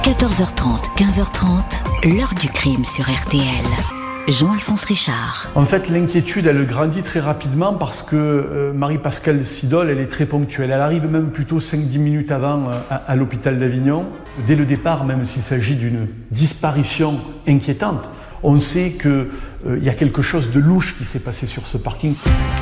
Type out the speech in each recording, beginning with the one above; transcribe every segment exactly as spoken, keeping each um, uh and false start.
quatorze heures trente, quinze heures trente, l'heure du crime sur R T L. Jean-Alphonse Richard. En fait, l'inquiétude, elle grandit très rapidement parce que euh, Marie-Pascale Sidol, elle est très ponctuelle. Elle arrive même plutôt cinq à dix minutes avant euh, à, à l'hôpital d'Avignon. Dès le départ, même s'il s'agit d'une disparition inquiétante, on sait qu'il euh, y a quelque chose de louche qui s'est passé sur ce parking.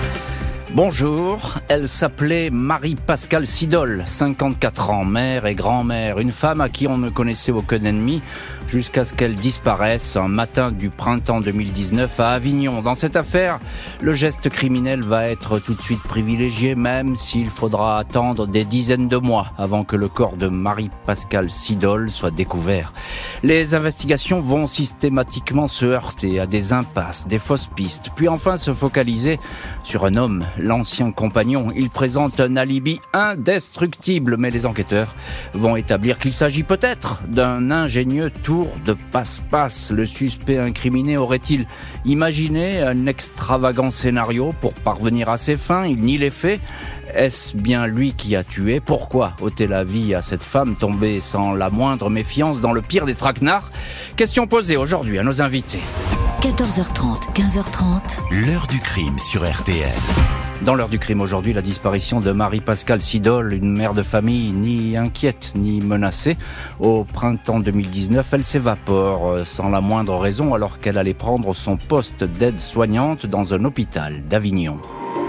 Bonjour, elle s'appelait Marie-Pascale Sidol, cinquante-quatre ans, mère et grand-mère, une femme à qui on ne connaissait aucun ennemi jusqu'à ce qu'elle disparaisse un matin du printemps deux mille dix-neuf à Avignon. Dans cette affaire, le geste criminel va être tout de suite privilégié, même s'il faudra attendre des dizaines de mois avant que le corps de Marie-Pascale Sidol soit découvert. Les investigations vont systématiquement se heurter à des impasses, des fausses pistes, puis enfin se focaliser sur un homme, l'ancien compagnon. Il présente un alibi indestructible, mais les enquêteurs vont établir qu'il s'agit peut-être d'un ingénieux tour de passe-passe. Le suspect incriminé aurait-il imaginé un extravagant scénario pour parvenir à ses fins? Il nie les faits. Est-ce bien lui qui a tué? Pourquoi ôter la vie à cette femme tombée sans la moindre méfiance dans le pire des traquenards? Question posée aujourd'hui à nos invités. quatorze heures trente, quinze heures trente. L'heure du crime sur R T L. Dans l'heure du crime aujourd'hui, la disparition de Marie-Pascale Sidol, une mère de famille ni inquiète ni menacée. Au printemps deux mille dix-neuf, elle s'évapore sans la moindre raison alors qu'elle allait prendre son poste d'aide-soignante dans un hôpital d'Avignon.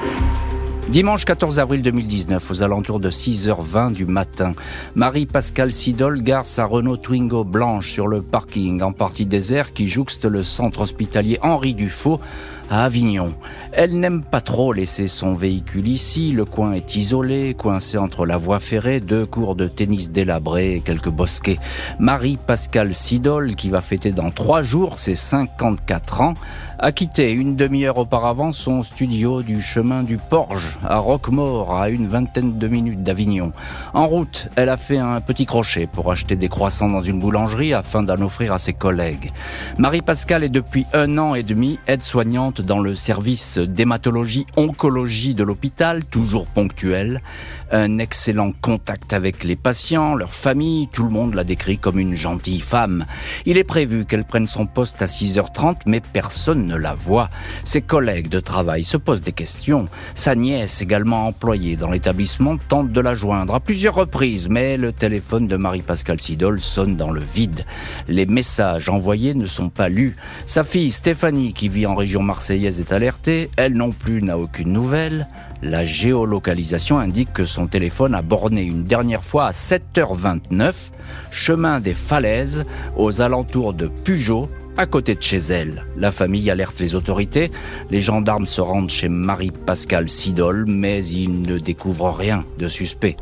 Dimanche quatorze avril deux mille dix-neuf, aux alentours de six heures vingt du matin, Marie-Pascale Sidol gare sa Renault Twingo blanche sur le parking en partie désert qui jouxte le centre hospitalier Henri Dufaux à Avignon. Elle n'aime pas trop laisser son véhicule ici. Le coin est isolé, coincé entre la voie ferrée, deux cours de tennis délabrés et quelques bosquets. Marie-Pascale Sidol, qui va fêter dans trois jours ses cinquante-quatre ans, a quitté une demi-heure auparavant son studio du chemin du Porge à Roquemaure, à une vingtaine de minutes d'Avignon. En route, elle a fait un petit crochet pour acheter des croissants dans une boulangerie afin d'en offrir à ses collègues. Marie-Pascale est depuis un an et demi aide-soignante dans le service d'hématologie-oncologie de l'hôpital, toujours ponctuel. Un excellent contact avec les patients, leurs familles, tout le monde la décrit comme une gentille femme. Il est prévu qu'elle prenne son poste à six heures trente, mais personne ne la voit. Ses collègues de travail se posent des questions. Sa nièce, également employée dans l'établissement, tente de la joindre à plusieurs reprises, mais le téléphone de Marie-Pascale Sidol sonne dans le vide. Les messages envoyés ne sont pas lus. Sa fille Stéphanie, qui vit en région marseillaise, est alertée. Elle non plus n'a aucune nouvelle. La géolocalisation indique que son téléphone a borné une dernière fois à sept heures vingt-neuf, chemin des Falaises, aux alentours de Pugeot, à côté de chez elle. La famille alerte les autorités. Les gendarmes se rendent chez Marie-Pascale Sidol, mais ils ne découvrent rien de suspect.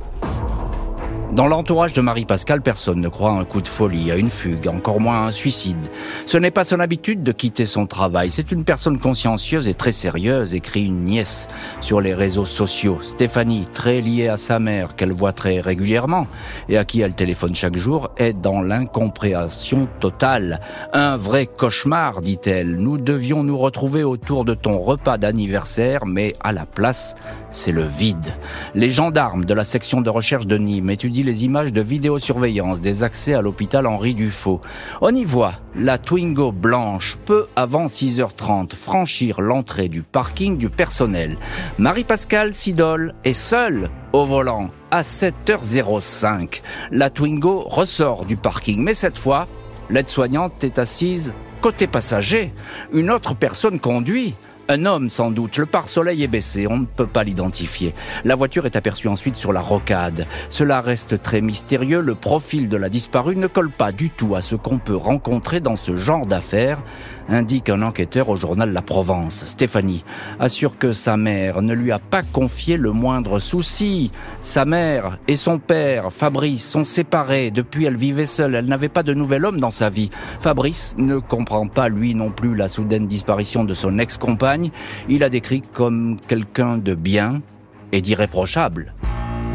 Dans l'entourage de Marie-Pascale, personne ne croit à un coup de folie, à une fugue, encore moins à un suicide. Ce n'est pas son habitude de quitter son travail. C'est une personne consciencieuse et très sérieuse, écrit une nièce sur les réseaux sociaux. Stéphanie, très liée à sa mère, qu'elle voit très régulièrement et à qui elle téléphone chaque jour, est dans l'incompréhension totale. Un vrai cauchemar, dit-elle. Nous devions nous retrouver autour de ton repas d'anniversaire, mais à la place, c'est le vide. Les gendarmes de la section de recherche de Nîmes étudient les images de vidéosurveillance des accès à l'hôpital Henri Dufaux. On y voit la Twingo blanche, peu avant six heures trente, franchir l'entrée du parking du personnel. Marie-Pascale Sidol est seule au volant à sept heures cinq. La Twingo ressort du parking, mais cette fois, l'aide-soignante est assise côté passager. Une autre personne conduit. Un homme sans doute, le pare-soleil est baissé, on ne peut pas l'identifier. La voiture est aperçue ensuite sur la rocade. Cela reste très mystérieux, le profil de la disparue ne colle pas du tout à ce qu'on peut rencontrer dans ce genre d'affaires, indique un enquêteur au journal La Provence. Stéphanie assure que sa mère ne lui a pas confié le moindre souci. Sa mère et son père, Fabrice, sont séparés. Depuis, elle vivait seule, elle n'avait pas de nouvel homme dans sa vie. Fabrice ne comprend pas, lui non plus, la soudaine disparition de son ex-compagne. Il la décrit comme quelqu'un de bien et d'irréprochable.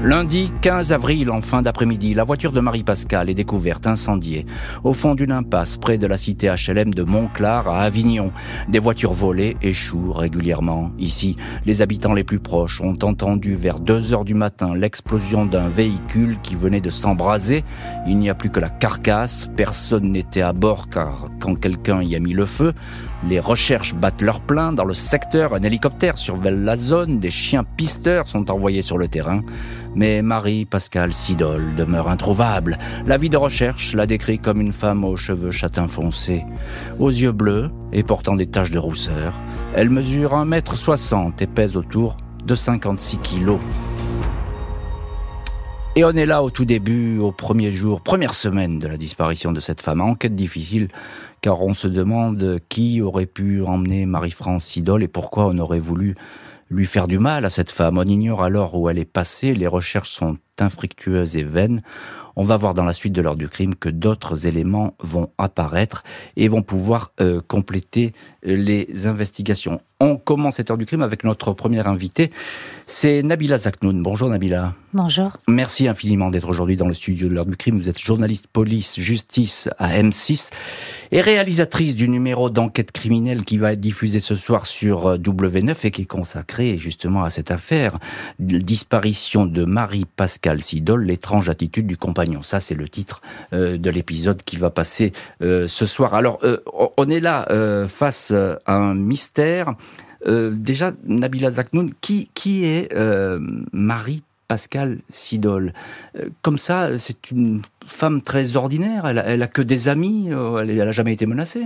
Lundi quinze avril, en fin d'après-midi, la voiture de Marie-Pascale est découverte incendiée au fond d'une impasse près de la cité H L M de Montclar à Avignon. Des voitures volées échouent régulièrement. Ici, les habitants les plus proches ont entendu vers deux heures du matin l'explosion d'un véhicule qui venait de s'embraser. Il n'y a plus que la carcasse. Personne n'était à bord car quand quelqu'un y a mis le feu. Les recherches battent leur plein dans le secteur. Un hélicoptère survole la zone. Des chiens pisteurs sont envoyés sur le terrain. Mais Marie-Pascale Sidol demeure introuvable. L'avis de recherche la décrit comme une femme aux cheveux châtain foncé, aux yeux bleus et portant des taches de rousseur. Elle mesure un mètre soixante et pèse autour de cinquante-six kilos. Et on est là au tout début, au premier jour, première semaine de la disparition de cette femme. Enquête difficile, car on se demande qui aurait pu emmener Marie-France Sidol et pourquoi on aurait voulu lui faire du mal à cette femme. On ignore alors où elle est passée, les recherches sont infructueuses et vaines. On va voir dans la suite de l'heure du crime que d'autres éléments vont apparaître et vont pouvoir euh, compléter les investigations. On commence cette heure du crime avec notre première invitée, c'est Nabila Zaknoun. Bonjour Nabila. Bonjour. Merci infiniment d'être aujourd'hui dans le studio de l'heure du crime. Vous êtes journaliste police-justice à M six et réalisatrice du numéro d'enquête criminelle qui va être diffusé ce soir sur W neuf et qui est consacré justement à cette affaire, disparition de Marie-Pascale Sidol, l'étrange attitude du compagnon. Ça, c'est le titre euh, de l'épisode qui va passer euh, ce soir. Alors, euh, on est là euh, face à un mystère. Euh, déjà, Nabila Zaknoun, qui, qui est euh, Marie-Pascale Sidol? euh, Comme ça, c'est une femme très ordinaire, elle a, elle a que des amis, euh, elle n'a jamais été menacée.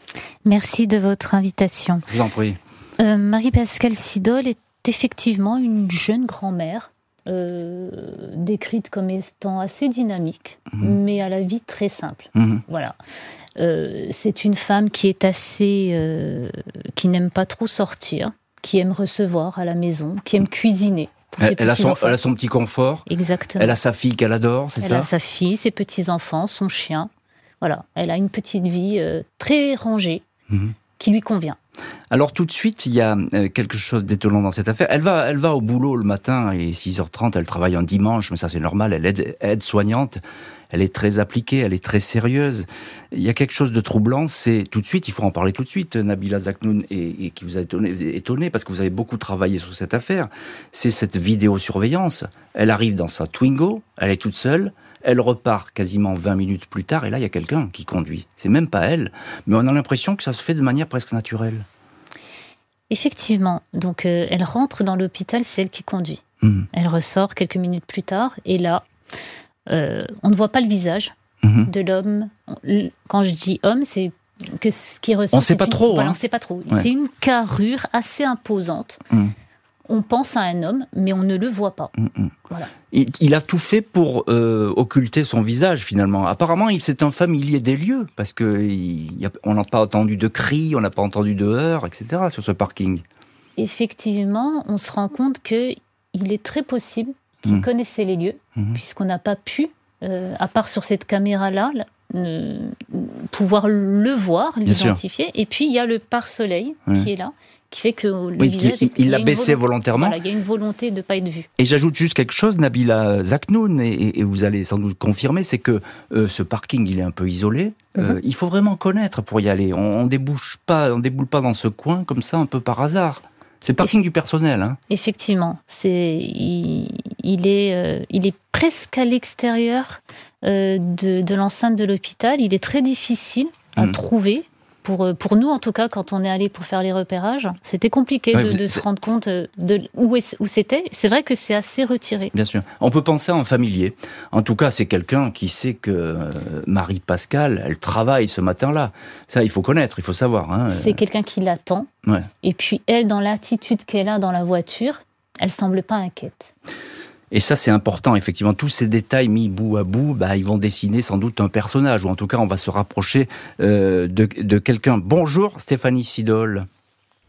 Merci de votre invitation. Je vous en prie. Euh, Marie-Pascale Sidol est effectivement une jeune grand-mère, euh, décrite comme étant assez dynamique, mmh. mais à la vie très simple. Mmh. Voilà. Euh, c'est une femme qui est assez, euh, qui n'aime pas trop sortir, qui aime recevoir à la maison, qui aime cuisiner. Elle, elle, a son, elle a son petit confort. Exactement. Elle a sa fille qu'elle adore, c'est elle ça? Elle a sa fille, ses petits-enfants, son chien. Voilà. Elle a une petite vie euh, très rangée, mmh. qui lui convient. Alors tout de suite, il y a quelque chose d'étonnant dans cette affaire. Elle va, elle va au boulot le matin, il est six heures trente, elle travaille un dimanche, mais ça c'est normal, elle est aide-soignante, elle est très appliquée, elle est très sérieuse. Il y a quelque chose de troublant, c'est tout de suite, il faut en parler tout de suite, Nabila Zaknoun, et, et qui vous a étonné, étonné, parce que vous avez beaucoup travaillé sur cette affaire, c'est cette vidéosurveillance. Elle arrive dans sa Twingo, elle est toute seule, elle repart quasiment vingt minutes plus tard, et là, il y a quelqu'un qui conduit. C'est même pas elle, mais on a l'impression que ça se fait de manière presque naturelle. Effectivement. Donc, euh, elle rentre dans l'hôpital, c'est elle qui conduit. Mmh. Elle ressort quelques minutes plus tard, et là, euh, on ne voit pas le visage mmh. de l'homme. Quand je dis homme, c'est que ce qui ressort... On ne sait pas une... trop. Voilà, hein. on ne sait pas trop. Ouais. C'est une carrure assez imposante. Mmh. On pense à un homme, mais on ne le voit pas. Mmh. Voilà. Il, il a tout fait pour euh, occulter son visage, finalement. Apparemment, il, c'est un familier des lieux, parce qu'on n'a pas entendu de cris, on n'a pas entendu de heurts, et cetera, sur ce parking. Effectivement, on se rend compte qu'il est très possible qu'il mmh. connaissait les lieux, mmh. puisqu'on n'a pas pu, euh, à part sur cette caméra-là, euh, pouvoir le voir, l'identifier. Et puis, il y a le pare-soleil mmh. qui est là, qui fait que le oui, visage... Il, il l'a baissé volonté, volontairement. Voilà, il y a une volonté de ne pas être vu. Et j'ajoute juste quelque chose, Nabila Zaknoun, et, et vous allez sans doute confirmer, c'est que euh, ce parking, il est un peu isolé. Mm-hmm. Euh, il faut vraiment connaître pour y aller. On ne débouche pas, on déboule pas dans ce coin comme ça, un peu par hasard. C'est le parking Eff- du personnel. Hein. Effectivement. C'est, il, il, est, euh, il est presque à l'extérieur euh, de, de l'enceinte de l'hôpital. Il est très difficile à mm. trouver. Pour, pour nous, en tout cas, quand on est allé pour faire les repérages, c'était compliqué ouais, de, de se rendre compte de où, est, où c'était. C'est vrai que c'est assez retiré. Bien sûr. On peut penser à un familier. En tout cas, c'est quelqu'un qui sait que euh, Marie-Pascale, elle travaille ce matin-là. Ça, il faut connaître, il faut savoir. Hein. C'est quelqu'un qui l'attend. Ouais. Et puis, elle, dans l'attitude qu'elle a dans la voiture, elle semble pas inquiète. Et ça, c'est important, effectivement. Tous ces détails mis bout à bout, bah, ils vont dessiner sans doute un personnage, ou en tout cas, on va se rapprocher euh, de, de quelqu'un. Bonjour, Stéphanie Sidol.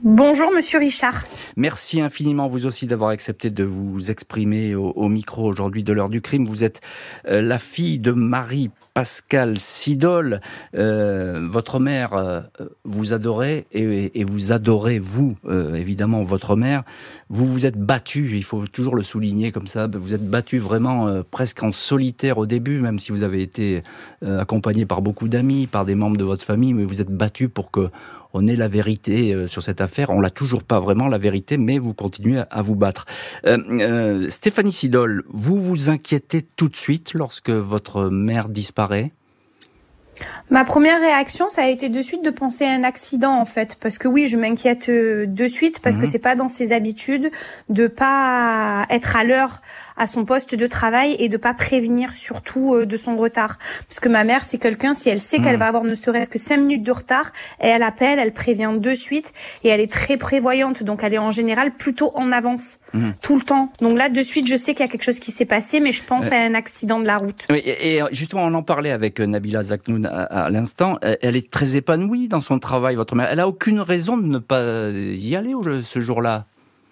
Bonjour Monsieur Richard. Merci infiniment vous aussi d'avoir accepté de vous exprimer au, au micro aujourd'hui de l'heure du crime. Vous êtes euh, la fille de Marie-Pascale Sidol. Euh, votre mère euh, vous adorait et, et vous adorez vous euh, évidemment votre mère. Vous vous êtes battue, il faut toujours le souligner comme ça. Vous êtes battue vraiment euh, presque en solitaire au début, même si vous avez été euh, accompagnée par beaucoup d'amis, par des membres de votre famille, mais vous êtes battue pour que on ait la vérité sur cette affaire. On l'a toujours pas vraiment, la vérité, mais vous continuez à vous battre. Euh, euh, Stéphanie Sidol, vous vous inquiétez tout de suite lorsque votre mère disparaît ? Ma première réaction, ça a été de suite de penser à un accident, en fait. Parce que oui, je m'inquiète de suite, parce mmh. que c'est pas dans ses habitudes de pas être à l'heure à son poste de travail et de pas prévenir surtout de son retard. Parce que ma mère, c'est quelqu'un, si elle sait mmh. qu'elle va avoir ne serait-ce que cinq minutes de retard, et elle appelle, elle prévient de suite, et elle est très prévoyante. Donc elle est en général plutôt en avance, mmh. tout le temps. Donc là, de suite, je sais qu'il y a quelque chose qui s'est passé, mais je pense euh... à un accident de la route. Et, et justement, on en parlait avec Nabila Zaknoun à, à l'instant. Elle est très épanouie dans son travail, votre mère. Elle a aucune raison de ne pas y aller ce jour-là.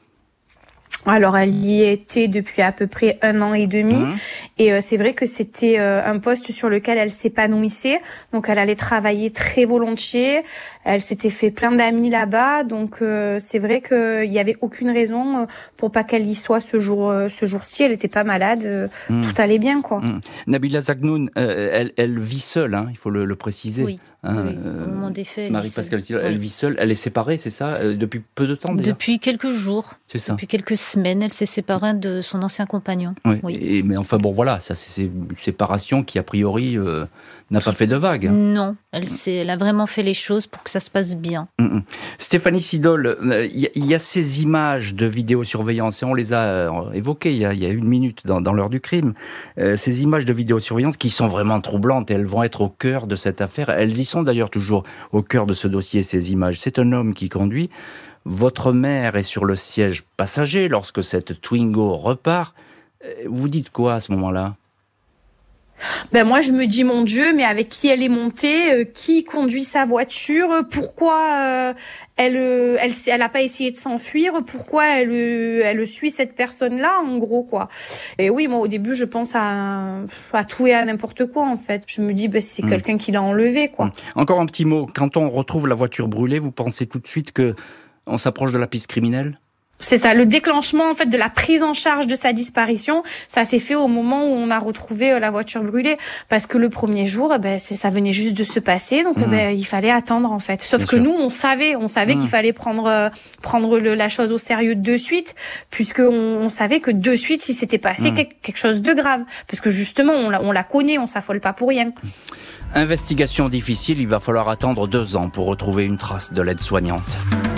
Alors, elle y était depuis à peu près un an et demi. Mmh. Et euh, c'est vrai que c'était euh, un poste sur lequel elle s'épanouissait. Donc, elle allait travailler très volontiers. Elle s'était fait plein d'amis là-bas. Donc, euh, c'est vrai qu'il y avait aucune raison pour pas qu'elle y soit ce jour, euh, ce jour-ci. Elle était pas malade. Euh, mmh. Tout allait bien, quoi. Mmh. Nabila Zaknoun, euh, elle, elle vit seule, hein, il faut le, le préciser. Oui. Hein, oui, au moment des faits, Marie-Pascale Sidol, elle vit seule, elle est séparée, c'est ça, euh, depuis peu de temps déjà. Depuis quelques jours, c'est ça. Depuis quelques semaines, elle s'est séparée de son ancien compagnon. Oui. oui. Et, mais enfin bon, voilà, ça c'est une séparation qui a priori euh, n'a pas fait de vague. Hein. Non, elle, elle a vraiment fait les choses pour que ça se passe bien. Mm-hmm. Stéphanie Sidol, il euh, y, y a ces images de vidéosurveillance, et on les a euh, évoquées il y, y a une minute dans, dans l'heure du crime, euh, ces images de vidéosurveillance qui sont vraiment troublantes, et elles vont être au cœur de cette affaire. Elles y sont d'ailleurs toujours au cœur de ce dossier, ces images. C'est un homme qui conduit. Votre mère est sur le siège passager lorsque cette Twingo repart. Vous dites quoi à ce moment-là ? Ben moi je me dis mon Dieu, mais avec qui elle est montée, euh, qui conduit sa voiture, pourquoi euh, elle euh, elle elle a pas essayé de s'enfuir, pourquoi elle euh, elle suit cette personne-là en gros quoi. Et oui, moi au début je pense à à tout et à n'importe quoi en fait. Je me dis ben c'est mmh. quelqu'un qui l'a enlevé quoi. Mmh. Encore un petit mot, quand on retrouve la voiture brûlée, vous pensez tout de suite que on s'approche de la piste criminelle ? C'est ça, le déclenchement en fait de la prise en charge de sa disparition, ça s'est fait au moment où on a retrouvé la voiture brûlée, parce que le premier jour, ben c'est ça venait juste de se passer, donc mmh. ben il fallait attendre en fait. Sauf Bien que sûr. nous, on savait, on savait mmh. qu'il fallait prendre euh, prendre le, la chose au sérieux de suite, puisque on, on savait que de suite, si c'était passé mmh. quelque, quelque chose de grave, parce que justement on la, on la connaît, on s'affole pas pour rien. Investigation difficile, il va falloir attendre deux ans pour retrouver une trace de l'aide-soignante.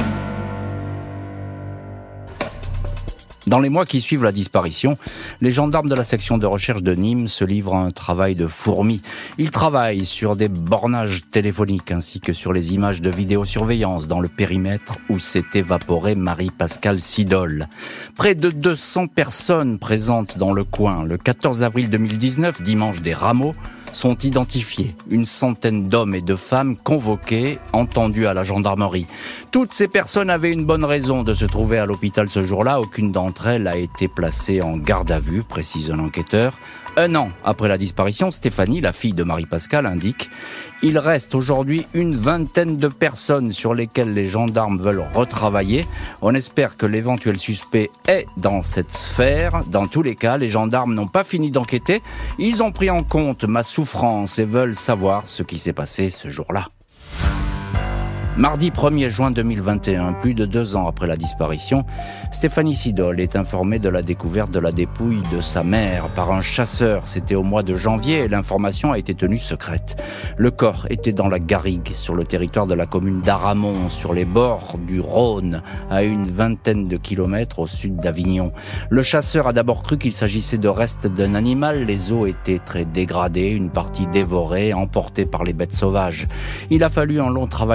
Dans les mois qui suivent la disparition, les gendarmes de la section de recherche de Nîmes se livrent à un travail de fourmi. Ils travaillent sur des bornages téléphoniques ainsi que sur les images de vidéosurveillance dans le périmètre où s'est évaporée Marie-Pascale Sidol. Près de deux cents personnes présentes dans le coin. Le quatorze avril deux mille dix-neuf, dimanche des Rameaux, sont identifiés. Une centaine d'hommes et de femmes convoqués, entendus à la gendarmerie. Toutes ces personnes avaient une bonne raison de se trouver à l'hôpital ce jour-là. Aucune d'entre elles a été placée en garde à vue, précise un enquêteur. Un an après la disparition, Stéphanie, la fille de Marie-Pascale, indique « Il reste aujourd'hui une vingtaine de personnes sur lesquelles les gendarmes veulent retravailler. On espère que l'éventuel suspect est dans cette sphère. Dans tous les cas, les gendarmes n'ont pas fini d'enquêter. Ils ont pris en compte ma souffrance et veulent savoir ce qui s'est passé ce jour-là. » Mardi premier juin deux mille vingt et un, plus de deux ans après la disparition, Stéphanie Sidol est informée de la découverte de la dépouille de sa mère par un chasseur. C'était au mois de janvier et l'information a été tenue secrète. Le corps était dans la garrigue, sur le territoire de la commune d'Aramon, sur les bords du Rhône, à une vingtaine de kilomètres au sud d'Avignon. Le chasseur a d'abord cru qu'il s'agissait de restes d'un animal. Les os étaient très dégradés, une partie dévorée, emportée par les bêtes sauvages. Il a fallu un long travail d'expertise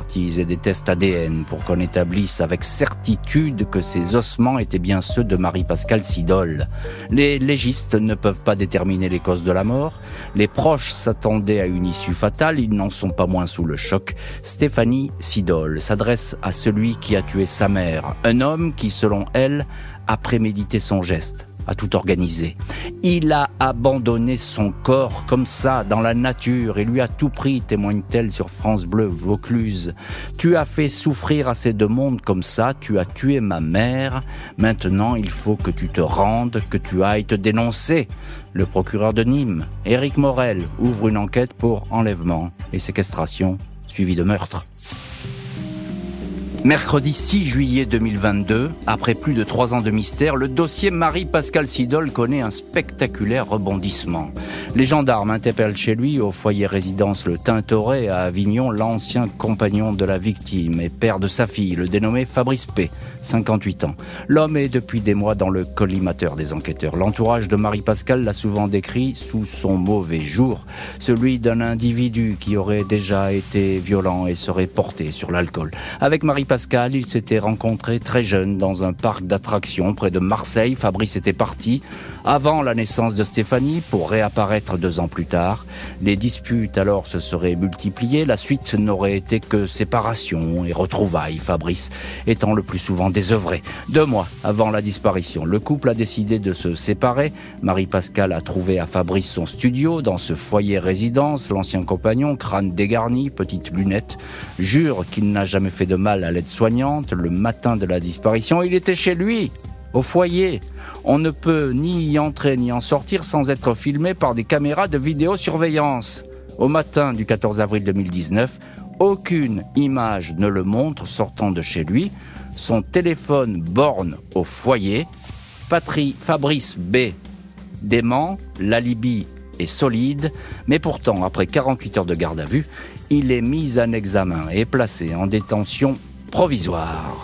expertises et des tests A D N pour qu'on établisse avec certitude que ces ossements étaient bien ceux de Marie-Pascale Sidol. Les légistes ne peuvent pas déterminer les causes de la mort. Les proches s'attendaient à une issue fatale, ils n'en sont pas moins sous le choc. Stéphanie Sidol s'adresse à celui qui a tué sa mère, un homme qui, selon elle, a prémédité son geste, a tout organisé. Il a abandonné son corps comme ça, dans la nature, et lui a tout pris, témoigne-t-elle sur France Bleu Vaucluse. Tu as fait souffrir assez de monde comme ça, tu as tué ma mère, maintenant il faut que tu te rendes, que tu ailles te dénoncer. Le procureur de Nîmes, Éric Morel, ouvre une enquête pour enlèvement et séquestration, suivie de meurtre. Mercredi six juillet deux mille vingt-deux, après plus de trois ans de mystère, le dossier Marie-Pascale Sidol connaît un spectaculaire rebondissement. Les gendarmes interpellent chez lui, au foyer résidence Le Tintoret à Avignon, l'ancien compagnon de la victime et père de sa fille, le dénommé Fabrice P., cinquante-huit ans. L'homme est depuis des mois dans le collimateur des enquêteurs. L'entourage de Marie-Pascale l'a souvent décrit sous son mauvais jour, celui d'un individu qui aurait déjà été violent et serait porté sur l'alcool. Avec Marie-Pascale, ils s'étaient rencontrés très jeunes dans un parc d'attractions près de Marseille. Fabrice était parti avant la naissance de Stéphanie pour réapparaître deux ans plus tard. Les disputes alors se seraient multipliées. La suite n'aurait été que séparation et retrouvailles, Fabrice étant le plus souvent désœuvré. Deux mois avant la disparition, le couple a décidé de se séparer. Marie-Pascale a trouvé à Fabrice son studio dans ce foyer résidence. L'ancien compagnon, crâne dégarni, petite lunette, jure qu'il n'a jamais fait de mal à l'aide-soignante. Le matin de la disparition, il était chez lui, au foyer. On ne peut ni y entrer ni en sortir sans être filmé par des caméras de vidéosurveillance. Au matin du quatorze avril deux mille dix-neuf, aucune image ne le montre sortant de chez lui. Son téléphone borne au foyer. Patrie Fabrice B. dément, l'alibi est solide, mais pourtant, après quarante-huit heures de garde à vue, il est mis en examen et placé en détention provisoire.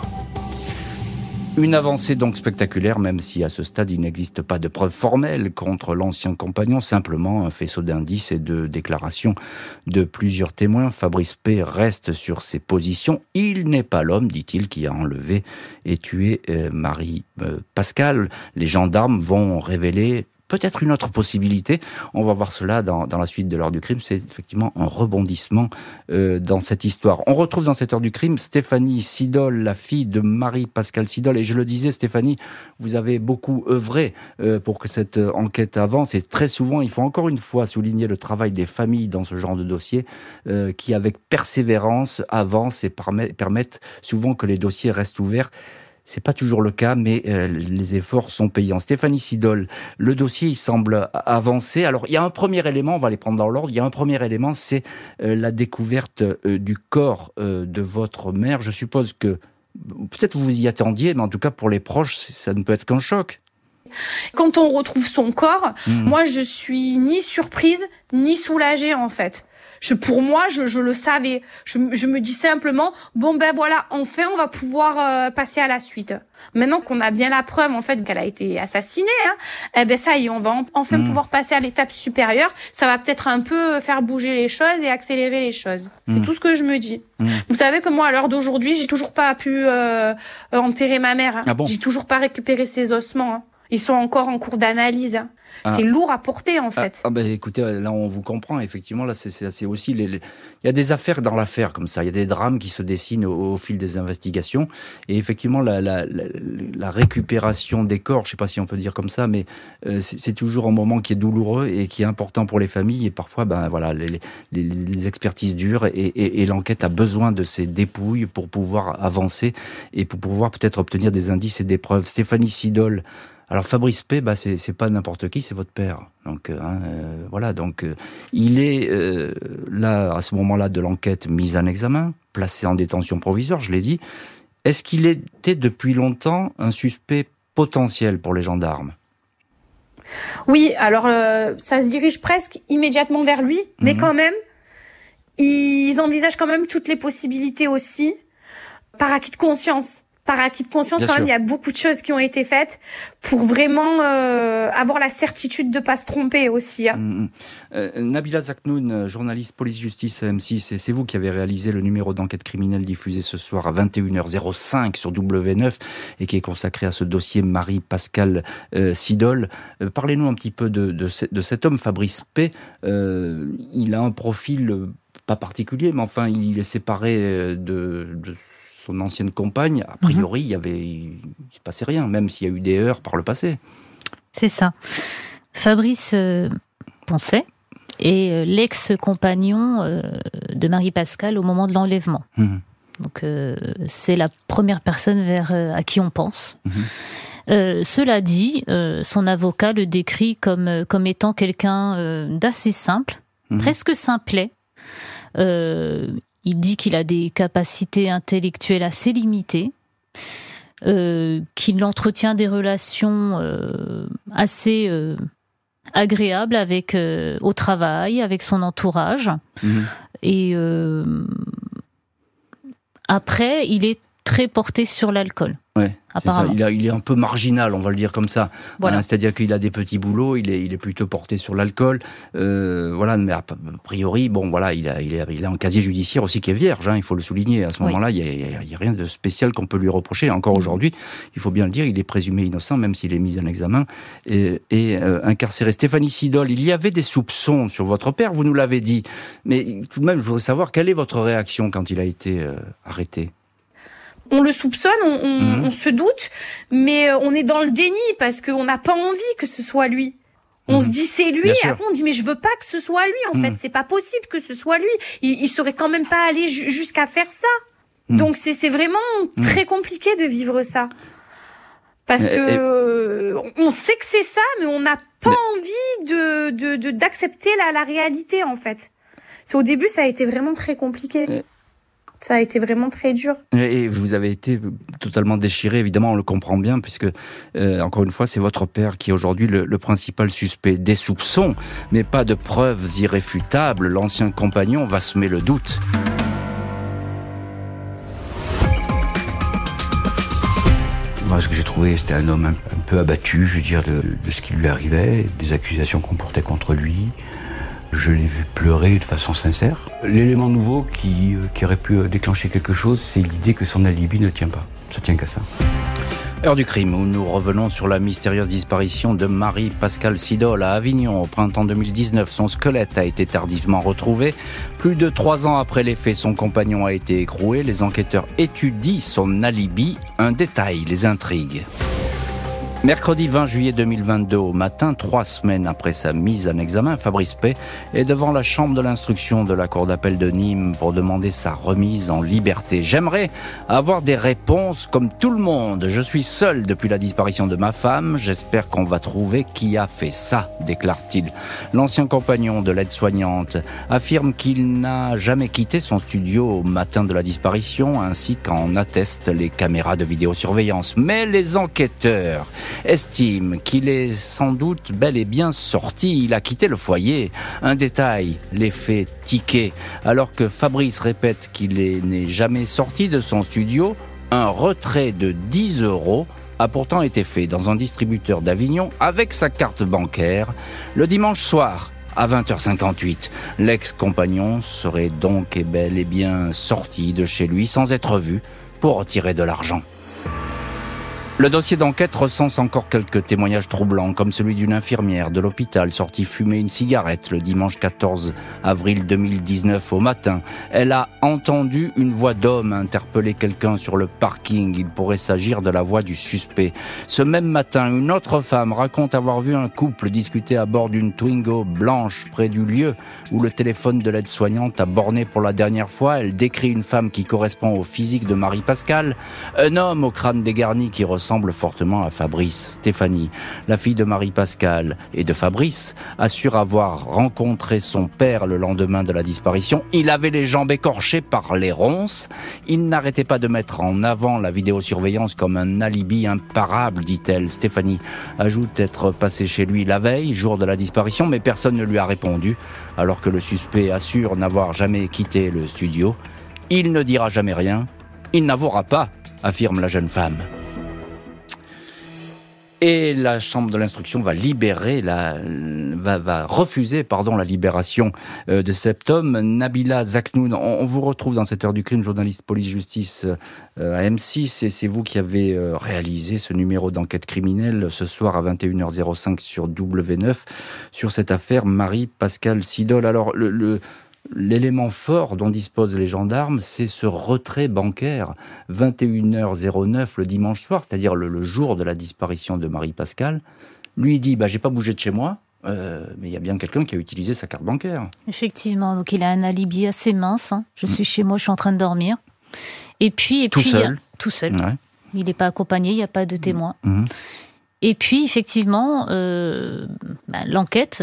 Une avancée donc spectaculaire, même si à ce stade il n'existe pas de preuves formelles contre l'ancien compagnon, simplement un faisceau d'indices et de déclarations de plusieurs témoins. Fabrice P. reste sur ses positions. Il n'est pas l'homme, dit-il, qui a enlevé et tué euh, Marie-Pascale. Les gendarmes vont révéler peut-être une autre possibilité. On va voir cela dans, dans la suite de l'heure du crime. C'est effectivement un rebondissement euh, dans cette histoire. On retrouve dans cette heure du crime Stéphanie Sidol, la fille de Marie-Pascale Sidol. Et je le disais, Stéphanie, vous avez beaucoup œuvré euh, pour que cette enquête avance. Et très souvent, il faut encore une fois souligner le travail des familles dans ce genre de dossier euh, qui, avec persévérance, avancent et permettent souvent que les dossiers restent ouverts. C'est pas toujours le cas, mais euh, les efforts sont payants. Stéphanie Sidol, le dossier, il semble avancer. Alors, il y a un premier élément, on va les prendre dans l'ordre. Il y a un premier élément, c'est euh, la découverte euh, du corps euh, de votre mère. Je suppose que, peut-être vous vous y attendiez, mais en tout cas, pour les proches, ça ne peut être qu'un choc. Quand on retrouve son corps, mmh. moi, je suis ni surprise, ni soulagée, en fait. Je, pour moi, je, je le savais. Je, je me dis simplement, bon ben voilà, enfin on va pouvoir euh, passer à la suite. Maintenant qu'on a bien la preuve en fait qu'elle a été assassinée, hein, eh ben ça y est, on va en, enfin mmh. pouvoir passer à l'étape supérieure. Ça va peut-être un peu faire bouger les choses et accélérer les choses. Mmh. C'est tout ce que je me dis. Mmh. Vous savez que moi, à l'heure d'aujourd'hui, j'ai toujours pas pu euh, enterrer ma mère. Hein. Ah bon? J'ai toujours pas récupéré ses ossements. Hein. Ils sont encore en cours d'analyse. Hein. Ah. C'est lourd à porter, en fait. Ah, ah ben, écoutez, là, on vous comprend. Effectivement, là, c'est, c'est, c'est aussi... Les, les... Il y a des affaires dans l'affaire, comme ça. Il y a des drames qui se dessinent au, au fil des investigations. Et effectivement, la, la, la, la récupération des corps, je ne sais pas si on peut dire comme ça, mais euh, c'est, c'est toujours un moment qui est douloureux et qui est important pour les familles. Et parfois, ben, voilà, les, les, les expertises durent et, et, et l'enquête a besoin de ces dépouilles pour pouvoir avancer et pour pouvoir peut-être obtenir des indices et des preuves. Stéphanie Sidol, alors Fabrice P, bah c'est c'est pas n'importe qui, c'est votre père. Donc hein, euh, voilà, donc euh, il est euh, là à ce moment-là de l'enquête mis en examen, placé en détention provisoire, je l'ai dit. Est-ce qu'il était depuis longtemps un suspect potentiel pour les gendarmes ? Oui, alors euh, ça se dirige presque immédiatement vers lui, mais mmh. quand même, ils envisagent quand même toutes les possibilités aussi par acquis de conscience. par acquis de conscience, Bien quand sûr. même, il y a beaucoup de choses qui ont été faites pour vraiment euh, avoir la certitude de pas se tromper aussi. Hein. Mmh. Euh, Nabila Zaknoun, journaliste police-justice à M six, et c'est vous qui avez réalisé le numéro d'enquête criminelle diffusé ce soir à vingt et une heures cinq sur W neuf et qui est consacré à ce dossier Marie-Pascale euh, Sidol. Euh, parlez-nous un petit peu de, de, ce, de cet homme, Fabrice P. Euh, il a un profil euh, pas particulier, mais enfin, il est séparé de... de son ancienne compagne, a priori, il y avait, il ne se passait rien, même s'il y a eu des heurts par le passé. C'est ça. Fabrice euh, pensait, et euh, l'ex-compagnon euh, de Marie-Pascale au moment de l'enlèvement. Mmh. Donc, euh, c'est la première personne vers, euh, à qui on pense. Mmh. Euh, cela dit, euh, son avocat le décrit comme, comme étant quelqu'un euh, d'assez simple, mmh. presque simplet. Euh, Il dit qu'il a des capacités intellectuelles assez limitées, euh, qu'il entretient des relations euh, assez euh, agréables avec, euh, au travail, avec son entourage. Mmh. Et euh, après, il est très porté sur l'alcool. Ouais, apparemment. Il, a, il est un peu marginal, on va le dire comme ça. Voilà. Hein, c'est-à-dire qu'il a des petits boulots, il est, il est plutôt porté sur l'alcool. Euh, voilà, mais a, a priori, bon, voilà, il a, il, a, il a un casier judiciaire aussi qui est vierge, hein, il faut le souligner. À ce oui. moment-là, il n'y a, a rien de spécial qu'on peut lui reprocher. Encore aujourd'hui, il faut bien le dire, il est présumé innocent, même s'il est mis en examen et, et euh, incarcéré. Stéphanie Sidol, il y avait des soupçons sur votre père, vous nous l'avez dit. Mais tout de même, je voudrais savoir, quelle est votre réaction quand il a été euh, arrêté ? On le soupçonne, on, on, mmh. on se doute, mais on est dans le déni parce qu'on n'a pas envie que ce soit lui. On mmh. se dit c'est lui, et après on dit mais je veux pas que ce soit lui, en mmh. fait, c'est pas possible que ce soit lui. Il, il serait quand même pas allé ju- jusqu'à faire ça. Mmh. Donc c'est, c'est vraiment mmh. très compliqué de vivre ça. Parce que euh, on sait que c'est ça, mais on n'a pas mais... envie de, de, de, d'accepter la, la réalité, en fait. C'est, au début, ça a été vraiment très compliqué. Euh... Ça a été vraiment très dur. Et vous avez été totalement déchiré, évidemment, on le comprend bien, puisque, euh, encore une fois, c'est votre père qui est aujourd'hui le, le principal suspect. Des soupçons, mais pas de preuves irréfutables. L'ancien compagnon va semer le doute. Moi, ce que j'ai trouvé, c'était un homme un, un peu abattu, je veux dire, de, de ce qui lui arrivait, des accusations qu'on portait contre lui. Je l'ai vu pleurer de façon sincère. L'élément nouveau qui, euh, qui aurait pu déclencher quelque chose, c'est l'idée que son alibi ne tient pas. Ça tient qu'à ça. Heure du crime, où nous revenons sur la mystérieuse disparition de Marie-Pascale Sidol à Avignon au printemps deux mille dix-neuf. Son squelette a été tardivement retrouvé. Plus de trois ans après les faits, son compagnon a été écroué. Les enquêteurs étudient son alibi. Un détail les intrigue. Mercredi vingt juillet deux mille vingt-deux au matin, trois semaines après sa mise en examen, Fabrice P. est devant la chambre de l'instruction de la cour d'appel de Nîmes pour demander sa remise en liberté. J'aimerais avoir des réponses comme tout le monde. Je suis seul depuis la disparition de ma femme. J'espère qu'on va trouver qui a fait ça, déclare-t-il. L'ancien compagnon de l'aide-soignante affirme qu'il n'a jamais quitté son studio au matin de la disparition, ainsi qu'en attestent les caméras de vidéosurveillance. Mais les enquêteurs estime qu'il est sans doute bel et bien sorti. Il a quitté le foyer. Un détail les fait tiquer. Alors que Fabrice répète qu'il n'est jamais sorti de son studio, un retrait de dix euros a pourtant été fait dans un distributeur d'Avignon avec sa carte bancaire le dimanche soir à vingt heures cinquante-huit. L'ex-compagnon serait donc bel et bien sorti de chez lui sans être vu pour retirer de l'argent. Le dossier d'enquête recense encore quelques témoignages troublants, comme celui d'une infirmière de l'hôpital sortie fumer une cigarette le dimanche quatorze avril deux mille dix-neuf au matin. Elle a entendu une voix d'homme interpeller quelqu'un sur le parking. Il pourrait s'agir de la voix du suspect. Ce même matin, une autre femme raconte avoir vu un couple discuter à bord d'une Twingo blanche près du lieu où le téléphone de l'aide-soignante a borné pour la dernière fois. Elle décrit une femme qui correspond au physique de Marie-Pascale, un homme au crâne dégarni qui ressemble semble fortement à Fabrice. Stéphanie, la fille de Marie-Pascale et de Fabrice, assure avoir rencontré son père le lendemain de la disparition. Il avait les jambes écorchées par les ronces. Il n'arrêtait pas de mettre en avant la vidéosurveillance comme un alibi imparable, dit-elle. Stéphanie ajoute être passée chez lui la veille, jour de la disparition, mais personne ne lui a répondu, alors que le suspect assure n'avoir jamais quitté le studio. Il ne dira jamais rien. Il n'avouera pas affirme la jeune femme. Et la chambre de l'instruction va libérer, la, va, va refuser, pardon, la libération euh, de cet homme, Nabila Zaknoun. On, on vous retrouve dans cette heure du crime, journaliste police-justice euh, à M six, et c'est vous qui avez euh, réalisé ce numéro d'enquête criminelle ce soir à vingt et une heures zéro cinq sur W neuf sur cette affaire Marie-Pascale Sidol. Alors, le, le L'élément fort dont disposent les gendarmes, c'est ce retrait bancaire. vingt et une heures zéro neuf le dimanche soir, c'est-à-dire le, le jour de la disparition de Marie-Pascale. Lui, il dit bah, « j'ai pas bougé de chez moi euh, », mais il y a bien quelqu'un qui a utilisé sa carte bancaire. Effectivement, donc il a un alibi assez mince. Hein. Je suis mmh. chez moi, je suis en train de dormir. Et puis, et tout puis, seul. A, tout seul. Ouais. Il n'est pas accompagné, il n'y a pas de témoin. Mmh. Et puis, effectivement, euh, bah, l'enquête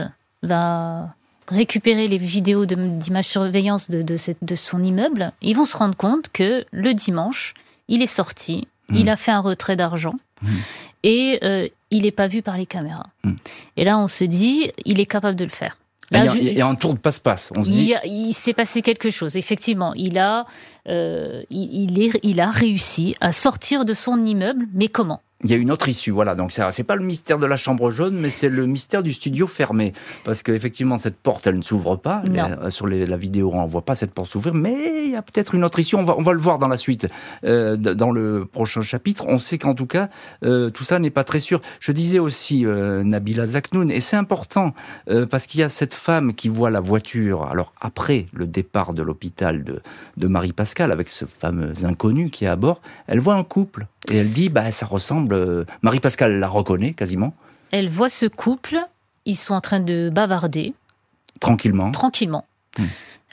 va récupérer les vidéos de, d'images surveillance de, de, cette, de son immeuble. Ils vont se rendre compte que le dimanche, il est sorti, mmh. il a fait un retrait d'argent mmh. et euh, il n'est pas vu par les caméras. Mmh. Et là, on se dit, il est capable de le faire. Là, il, y a, il y a un tour de passe-passe. On se dit... il, a, il s'est passé quelque chose. Effectivement, il a, euh, il, il, est, il a réussi à sortir de son immeuble, mais comment ? Il y a une autre issue, voilà. Donc c'est, c'est pas le mystère de la chambre jaune, mais c'est le mystère du studio fermé, parce que effectivement cette porte, elle ne s'ouvre pas. Les, sur les, la vidéo, on ne voit pas cette porte s'ouvrir, mais il y a peut-être une autre issue. On va, on va le voir dans la suite, euh, dans le prochain chapitre. On sait qu'en tout cas, euh, tout ça n'est pas très sûr. Je disais aussi euh, Nabila Zaknoun, et c'est important euh, parce qu'il y a cette femme qui voit la voiture. Alors après le départ de l'hôpital de, de Marie-Pascale avec ce fameux inconnu qui est à bord, elle voit un couple. Et elle dit, bah, ça ressemble... Marie-Pascale la reconnaît quasiment. Elle voit ce couple, ils sont en train de bavarder. Tranquillement. Tranquillement. Hum.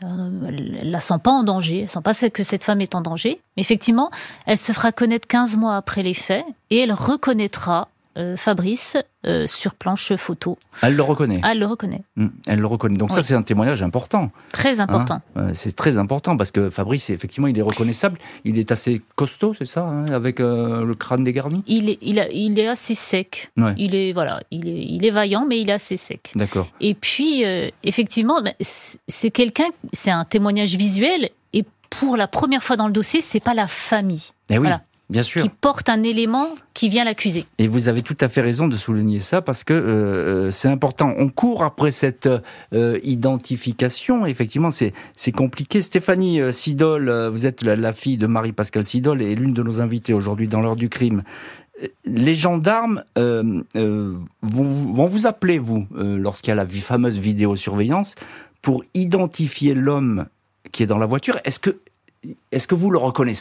Elle ne la sent pas en danger, elle ne sent pas que cette femme est en danger. Mais effectivement, elle se fera connaître quinze mois après les faits et elle reconnaîtra euh, Fabrice euh, sur planche photo. Elle le reconnaît. Ah, elle le reconnaît. Mmh, elle le reconnaît. Donc oui. Ça, c'est un témoignage important. Très important. Hein, c'est très important parce que Fabrice, effectivement, il est reconnaissable. Il est assez costaud, c'est ça, hein, avec euh, le crâne dégarni. Il est, il, a, il est assez sec. Ouais. Il est voilà, il est, il est vaillant, mais il est assez sec. D'accord. Et puis, euh, effectivement, c'est quelqu'un, c'est un témoignage visuel. Et pour la première fois dans le dossier, c'est pas la famille. Eh oui. Voilà. Bien sûr. Qui porte un élément qui vient l'accuser. Et vous avez tout à fait raison de souligner ça parce que euh, c'est important. On court après cette euh, identification. Effectivement, c'est, c'est compliqué. Stéphanie euh, Sidol, vous êtes la, la fille de Marie-Pascale Sidol et l'une de nos invitées aujourd'hui dans l'heure du crime. Les gendarmes euh, euh, vont, vont vous appeler, vous, euh, lorsqu'il y a la fameuse vidéosurveillance, pour identifier l'homme qui est dans la voiture. Est-ce que, est-ce que vous le reconnaissez ?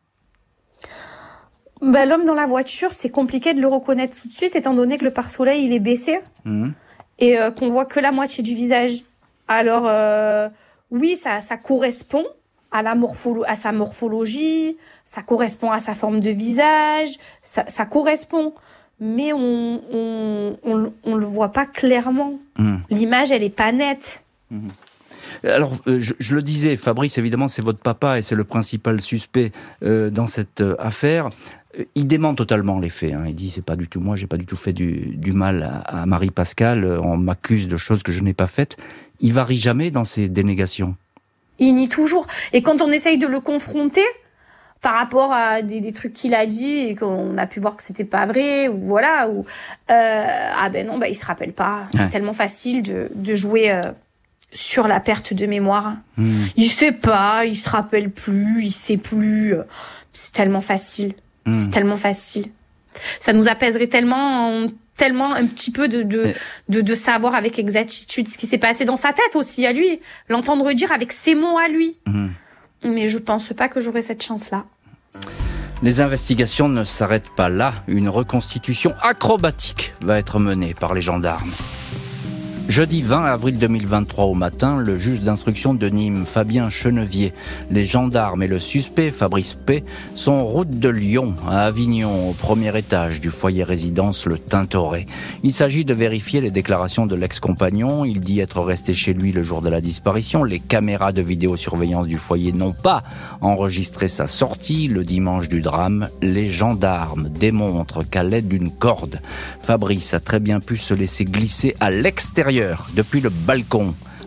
Ben, l'homme dans la voiture, c'est compliqué de le reconnaître tout de suite, étant donné que le pare-soleil, il est baissé mmh. et euh, qu'on voit que la moitié du visage. Alors, euh, oui, ça, ça correspond à, la morpholo- à sa morphologie, ça correspond à sa forme de visage, ça, ça correspond. Mais on on, on, on le voit pas clairement. Mmh. L'image, elle est pas nette. Mmh. Alors, euh, je, je le disais, Fabrice, évidemment, c'est votre papa et c'est le principal suspect euh, dans cette euh, affaire. Il dément totalement les faits. Hein. Il dit c'est pas du tout moi, j'ai pas du tout fait du, du mal à, à Marie-Pascale. On m'accuse de choses que je n'ai pas faites. Il varie jamais dans ses dénégations. Il nie toujours. Et quand on essaye de le confronter par rapport à des, des trucs qu'il a dit et qu'on a pu voir que c'était pas vrai ou voilà ou euh, ah ben non, ben il se rappelle pas. C'est ouais. tellement facile de, de jouer euh, sur la perte de mémoire. Mmh. Il sait pas, il se rappelle plus, il sait plus. C'est tellement facile. Mmh. C'est tellement facile. Ça nous apaiserait tellement, tellement un petit peu de, de, de, de savoir avec exactitude ce qui s'est passé dans sa tête aussi à lui. L'entendre dire avec ses mots à lui. Mmh. Mais je pense pas que j'aurais cette chance-là. Les investigations ne s'arrêtent pas là. Une reconstitution acrobatique va être menée par les gendarmes. Jeudi vingt avril deux mille vingt-trois au matin, le juge d'instruction de Nîmes, Fabien Chenevier, les gendarmes et le suspect, Fabrice P, sont en route de Lyon à Avignon, au premier étage du foyer résidence Le Tintoret. Il s'agit de vérifier les déclarations de l'ex-compagnon. Il dit être resté chez lui le jour de la disparition. Les caméras de vidéosurveillance du foyer n'ont pas enregistré sa sortie. Le dimanche du drame, les gendarmes démontrent qu'à l'aide d'une corde, Fabrice a très bien pu se laisser glisser à l'extérieur depuis le balcon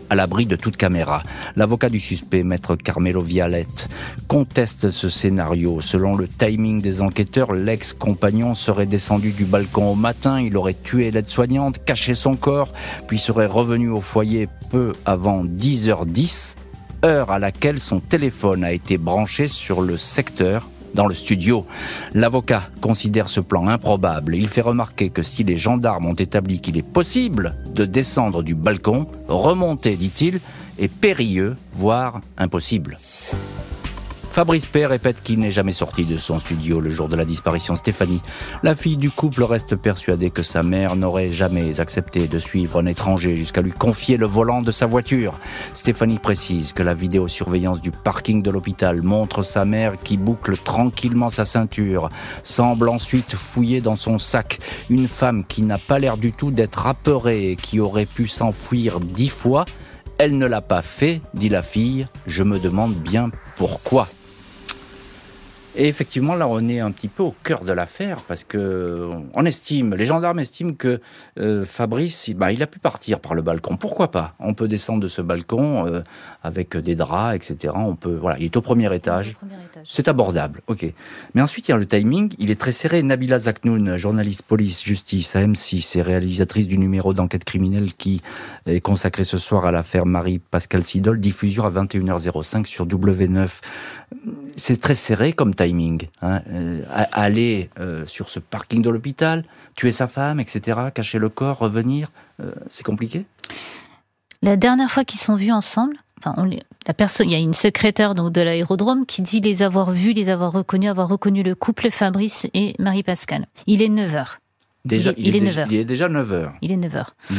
à l'abri de toute caméra. L'avocat du suspect, maître Carmelo Vialette, conteste ce scénario. Selon le timing des enquêteurs, l'ex-compagnon serait descendu du balcon au matin, il aurait tué l'aide-soignante, caché son corps, puis serait revenu au foyer peu avant dix heures dix, heure à laquelle son téléphone a été branché sur le secteur dans le studio. L'avocat considère ce plan improbable. Il fait remarquer que si les gendarmes ont établi qu'il est possible de descendre du balcon, remonter, dit-il, est périlleux, voire impossible. Fabrice P. répète qu'il n'est jamais sorti de son studio le jour de la disparition de Stéphanie. La fille du couple reste persuadée que sa mère n'aurait jamais accepté de suivre un étranger jusqu'à lui confier le volant de sa voiture. Stéphanie précise que la vidéosurveillance du parking de l'hôpital montre sa mère qui boucle tranquillement sa ceinture, semble ensuite fouiller dans son sac. Une femme qui n'a pas l'air du tout d'être apeurée et qui aurait pu s'enfuir dix fois. Elle ne l'a pas fait, dit la fille. Je me demande bien pourquoi. Et effectivement, là, on est un petit peu au cœur de l'affaire parce que on estime, les gendarmes estiment que euh, Fabrice, bah, il a pu partir par le balcon. Pourquoi pas ? On peut descendre de ce balcon euh, avec des draps, et cetera. On peut, voilà, il est au premier étage. Au premier étage. C'est abordable, ok. Mais ensuite, il y a le timing. Il est très serré. Nabila Zaknoun, journaliste police-justice à M six et réalisatrice du numéro d'enquête criminelle qui est consacré ce soir à l'affaire Marie-Pascale Sidol, diffusion à vingt et une heures cinq sur W neuf. C'est très serré comme timing, hein. Euh, aller euh, sur ce parking de l'hôpital, tuer sa femme, et cetera, cacher le corps, revenir, euh, c'est compliqué. La dernière fois qu'ils sont vus ensemble, enfin, on les, la personne, il y a une secrétaire donc de l'aérodrome qui dit les avoir vus, les avoir reconnus, avoir reconnu le couple Fabrice et Marie-Pascale. Il est neuf heures. Déjà, il, est, il, est, il, est, est neuf heures. il est déjà neuf heures. Il est neuf heures. Mmh.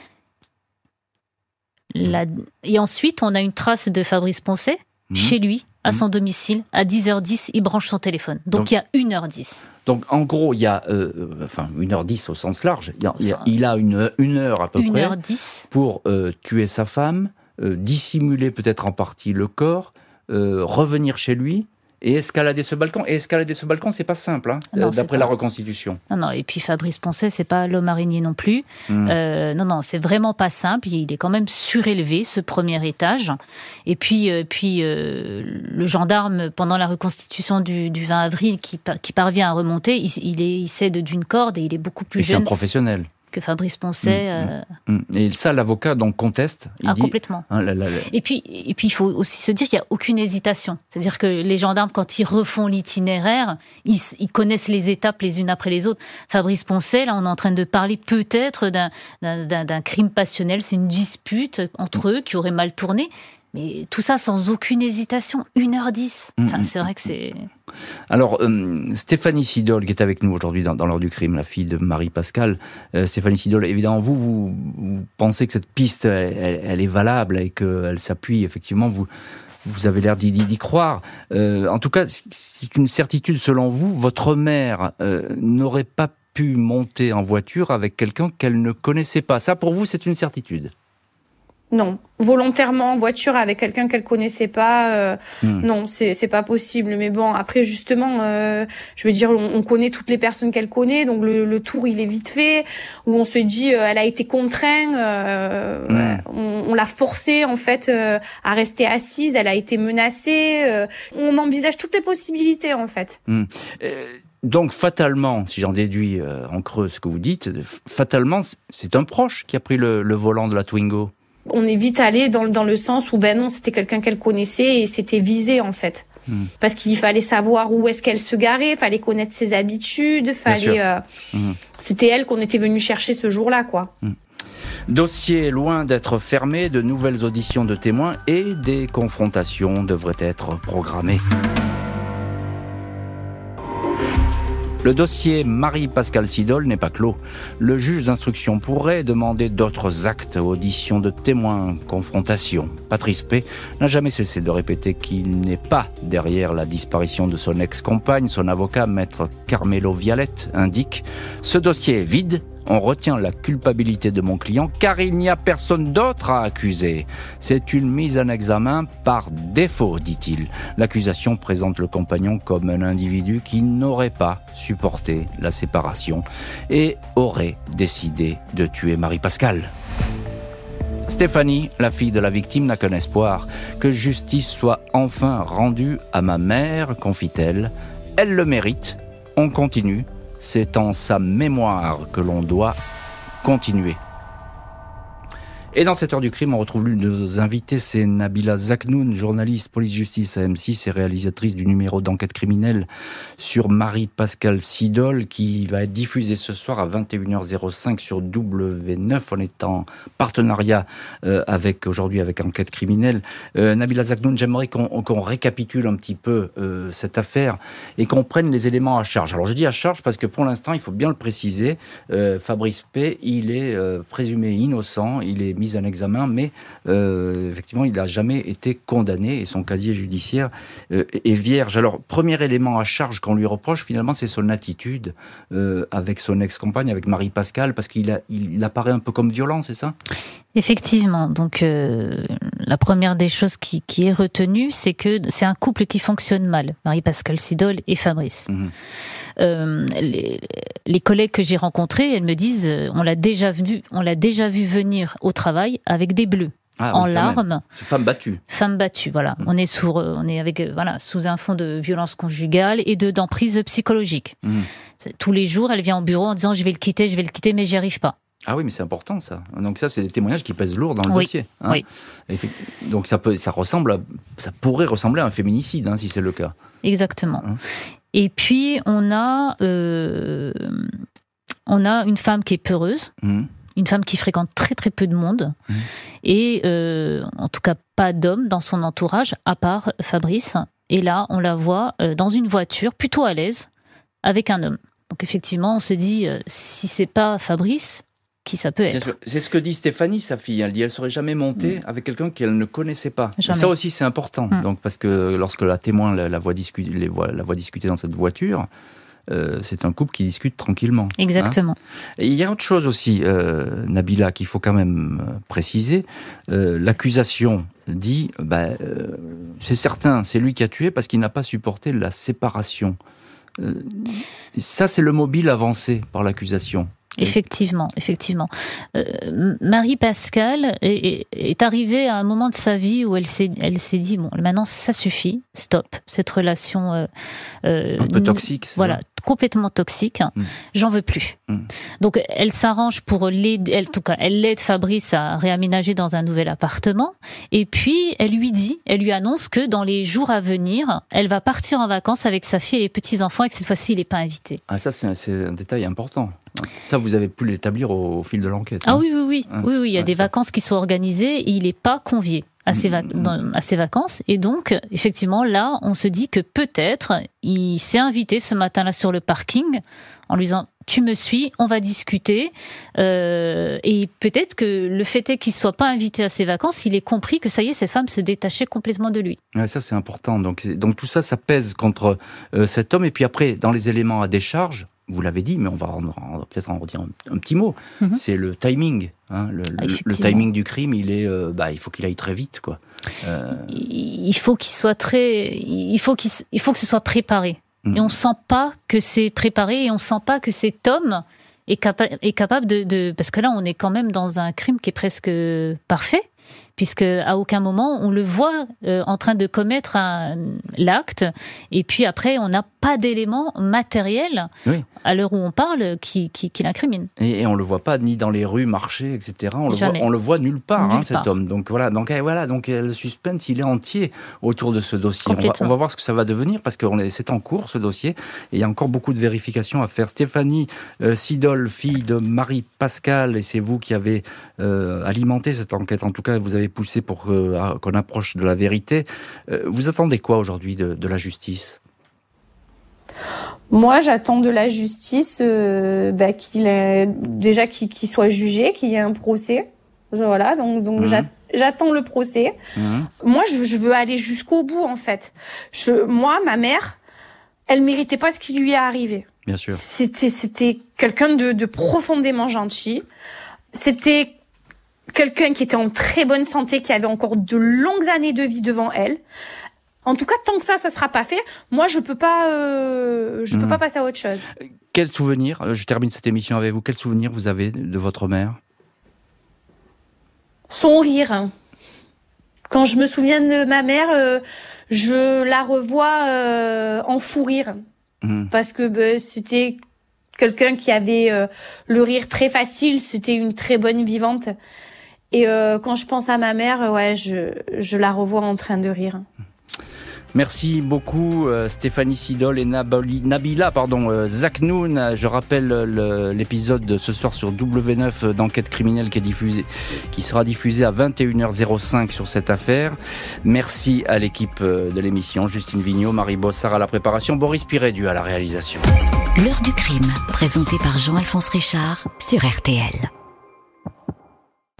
La, et ensuite, on a une trace de Fabrice Poncet mmh. chez lui, à son domicile, à dix heures dix, il branche son téléphone. Donc, donc il y a une heure dix. Donc en gros, il y a, euh, enfin une heure dix au sens large, il, y a, il, y a, il a une, une heure à peu une près heure dix. Pour euh, tuer sa femme, euh, dissimuler peut-être en partie le corps, euh, revenir chez lui et escalader ce balcon. Et escalader ce balcon, c'est pas simple, hein, non, d'après la reconstitution. Non, non. Et puis Fabrice Poncet, c'est pas l'homme araignée non plus. Mmh. Euh, non, non, c'est vraiment pas simple. Il est quand même surélevé, ce premier étage. Et puis, euh, puis euh, le gendarme, pendant la reconstitution du, du vingt avril, qui, qui parvient à remonter, il, il, est, il s'aide d'une corde et il est beaucoup plus et jeune. C'est un professionnel. Que Fabrice Poncet. Mmh, euh... mmh. Et ça, l'avocat donc conteste. Il ah, dit... complètement. Hein, la, la, la... Et puis, et puis, il faut aussi se dire qu'il n'y a aucune hésitation. C'est-à-dire que les gendarmes, quand ils refont l'itinéraire, ils, ils connaissent les étapes les unes après les autres. Fabrice Poncet, là, on est en train de parler peut-être d'un, d'un, d'un crime passionnel. C'est une dispute entre eux qui aurait mal tourné. Mais tout ça sans aucune hésitation, une heure dix. Enfin, mmh, c'est vrai que c'est... Alors, euh, Stéphanie Sidol, qui est avec nous aujourd'hui dans, dans l'heure du crime, la fille de Marie-Pascale. Euh, Stéphanie Sidol, évidemment, vous, vous, vous pensez que cette piste, elle, elle, elle est valable et qu'elle s'appuie, effectivement, vous, vous avez l'air d'y, d'y croire. Euh, en tout cas, c'est une certitude selon vous, votre mère euh, n'aurait pas pu monter en voiture avec quelqu'un qu'elle ne connaissait pas. Ça, pour vous, c'est une certitude ? Non, volontairement en voiture avec quelqu'un qu'elle connaissait pas, euh, mmh. non, c'est c'est pas possible. Mais bon, après justement, euh, je veux dire, on, on connaît toutes les personnes qu'elle connaît, donc le, le tour il est vite fait. Où on se dit, euh, elle a été contrainte, euh, mmh. on, on l'a forcée en fait euh, à rester assise, elle a été menacée. Euh, on envisage toutes les possibilités en fait. Mmh. Euh... Donc, fatalement, si j'en déduis euh, en creux ce que vous dites, fatalement, c'est un proche qui a pris le, le volant de la Twingo. On est vite allé dans, dans le sens où, ben non, c'était quelqu'un qu'elle connaissait et c'était visé, en fait. Mmh. Parce qu'il fallait savoir où est-ce qu'elle se garait, fallait connaître ses habitudes, fallait... Euh, mmh. C'était elle qu'on était venu chercher ce jour-là, quoi. Mmh. Dossier loin d'être fermé, de nouvelles auditions de témoins et des confrontations devraient être programmées. Le dossier Marie-Pascale Sidol n'est pas clos. Le juge d'instruction pourrait demander d'autres actes, auditions de témoins, confrontations. Patrice P. n'a jamais cessé de répéter qu'il n'est pas derrière la disparition de son ex-compagne. Son avocat, maître Carmelo Vialette, indique « Ce dossier est vide. On retient la culpabilité de mon client car il n'y a personne d'autre à accuser. C'est une mise en examen par défaut, dit-il. L'accusation présente le compagnon comme un individu qui n'aurait pas supporté la séparation et aurait décidé de tuer Marie-Pascale. Stéphanie, la fille de la victime, n'a qu'un espoir, que justice soit enfin rendue à ma mère, confie-t-elle. Elle le mérite, on continue, c'est en sa mémoire que l'on doit continuer. Et dans cette heure du crime, on retrouve l'une de nos invités, c'est Nabila Zaknoun, journaliste police-justice à M six et réalisatrice du numéro d'enquête criminelle sur Marie-Pascale Sidol, qui va être diffusé ce soir à vingt et une heures cinq sur W neuf. On est en partenariat euh, avec aujourd'hui avec Enquête criminelle. Euh, Nabila Zaknoun, j'aimerais qu'on, qu'on récapitule un petit peu euh, cette affaire et qu'on prenne les éléments à charge. Alors je dis à charge parce que pour l'instant, il faut bien le préciser, euh, Fabrice P, il est euh, présumé innocent, il est mis en examen, mais euh, effectivement, il n'a jamais été condamné et son casier judiciaire euh, est vierge. Alors, premier élément à charge qu'on lui reproche, finalement, c'est son attitude euh, avec son ex-compagne, avec Marie-Pascale, parce qu'il a, il, il apparaît un peu comme violent, c'est ça ? Effectivement. Donc, euh, la première des choses qui, qui est retenue, c'est que c'est un couple qui fonctionne mal, Marie-Pascale Sidol et Fabrice. Mmh. Euh, les, les collègues que j'ai rencontrés, elles me disent, on l'a déjà vu, on l'a déjà vu venir au travail avec des bleus. Ah, en oui, larmes. Femme battue. Femme battue, voilà. Mmh. On est sous, on est avec, voilà, sous un fond de violence conjugale et de d'emprise psychologique. Mmh. Tous les jours, elle vient au bureau en disant, je vais le quitter, je vais le quitter, mais j'y arrive pas. Ah oui, mais c'est important ça. Donc ça, c'est des témoignages qui pèsent lourd dans le oui. dossier. Hein. Oui. Donc ça peut, ça ressemble, à, ça pourrait ressembler à un féminicide, hein, si c'est le cas. Exactement. Hein. Et puis on a, euh, on a une femme qui est peureuse, mmh. une femme qui fréquente très très peu de monde, mmh. et euh, en tout cas pas d'hommes dans son entourage, à part Fabrice. Et là, on la voit euh, dans une voiture, plutôt à l'aise, avec un homme. Donc effectivement, on se dit, euh, si c'est pas Fabrice, qui ça peut être. C'est ce que dit Stéphanie, sa fille. Elle dit, elle serait jamais montée mmh. avec quelqu'un qu'elle ne connaissait pas. Jamais. Ça aussi, c'est important. Mmh. Donc, parce que lorsque la témoin la, la, voit, discuter, les voit, la voit discuter dans cette voiture, euh, c'est un couple qui discute tranquillement. Exactement. Hein. Et il y a autre chose aussi, euh, Nabila, qu'il faut quand même préciser. Euh, l'accusation dit, bah, euh, c'est certain, c'est lui qui a tué parce qu'il n'a pas supporté la séparation. Euh, ça, c'est le mobile avancé par l'accusation. Effectivement, effectivement. Euh, Marie-Pascale est, est, est arrivée à un moment de sa vie où elle s'est, elle s'est dit, bon, maintenant ça suffit, stop, cette relation... Euh, euh, un peu toxique, c'est voilà, ça. Complètement toxique, mmh. j'en veux plus. Mmh. Donc elle s'arrange pour l'aider, elle, en tout cas, elle l'aide Fabrice à réaménager dans un nouvel appartement, et puis elle lui dit, elle lui annonce que dans les jours à venir, elle va partir en vacances avec sa fille et les petits-enfants, et que cette fois-ci, il n'est pas invité. Ah ça, c'est un, c'est un détail important. Ça, vous avez pu l'établir au, au fil de l'enquête. Ah hein. oui, oui, oui. Hein oui, oui. Il y a ouais, des ça. vacances qui sont organisées et il n'est pas convié à ces, vac- dans, à ces vacances. Et donc, effectivement, là, on se dit que peut-être il s'est invité ce matin-là sur le parking en lui disant « Tu me suis, on va discuter. Euh, » Et peut-être que le fait est qu'il ne soit pas invité à ses vacances, il ait compris que ça y est, cette femme se détachait complètement de lui. Ouais, ça, c'est important. Donc, donc tout ça, ça pèse contre euh, cet homme. Et puis après, dans les éléments à décharge, vous l'avez dit, mais on va, on va peut-être en redire un, un petit mot. Mm-hmm. C'est le timing. Hein, le, ah, le, le timing du crime, il est, euh, bah, il faut qu'il aille très vite, quoi. Euh... Il faut qu'il soit très, il faut qu'il, il faut que ce soit préparé. Mm-hmm. Et on sent pas que c'est préparé, et on sent pas que cet homme est, capa- est capable de, de, parce que là, on est quand même dans un crime qui est presque parfait. Puisque à aucun moment on le voit euh, en train de commettre un, l'acte, et puis après on n'a pas d'éléments matériels oui. à l'heure où on parle qui, qui, qui l'incriminent. Et, et on le voit pas ni dans les rues, marchés, et cetera. On le voit, on le voit nulle part, nulle hein, part. Cet homme. Donc voilà, donc voilà, donc le suspense il est entier autour de ce dossier. On va, on va voir ce que ça va devenir parce que on est, c'est en cours ce dossier et il y a encore beaucoup de vérifications à faire. Stéphanie euh, Sidol, fille de Marie-Pascale, et c'est vous qui avez euh, alimenté cette enquête. En tout cas, vous avez poussé pour euh, qu'on approche de la vérité. Euh, vous attendez quoi aujourd'hui de, de la justice ? Moi, j'attends de la justice euh, bah, qu'il ait, déjà qu'il, qu'il soit jugé, qu'il y ait un procès. Voilà, donc, donc mmh. j'attends le procès. Mmh. Moi, je, je veux aller jusqu'au bout, en fait. Je, moi, ma mère, elle méritait pas ce qui lui est arrivé. Bien sûr. C'était, c'était quelqu'un de, de profondément gentil. C'était quelqu'un qui était en très bonne santé, qui avait encore de longues années de vie devant elle. En tout cas, tant que ça, ça sera pas fait, moi, je peux pas, euh, je mmh. peux pas passer à autre chose. Quel souvenir, je termine cette émission avec vous, quel souvenir vous avez de votre mère ? son rire. Quand je me souviens de ma mère, euh, je la revois euh, en fou rire. Mmh. Parce que bah, c'était quelqu'un qui avait euh, le rire très facile, c'était une très bonne vivante. Et euh, quand je pense à ma mère, ouais, je, je la revois en train de rire. Merci beaucoup euh, Stéphanie Sidol et Nabali, Nabila pardon, euh, Zaknoun. Je rappelle le, l'épisode de ce soir sur W neuf d'enquête criminelle qui est diffusé, qui sera diffusé à vingt et une heures cinq sur cette affaire. Merci à l'équipe de l'émission, Justine Vignot, Marie Bossard à la préparation, Boris Pirédu à la réalisation. L'heure du crime, présenté par Jean-Alphonse Richard sur R T L.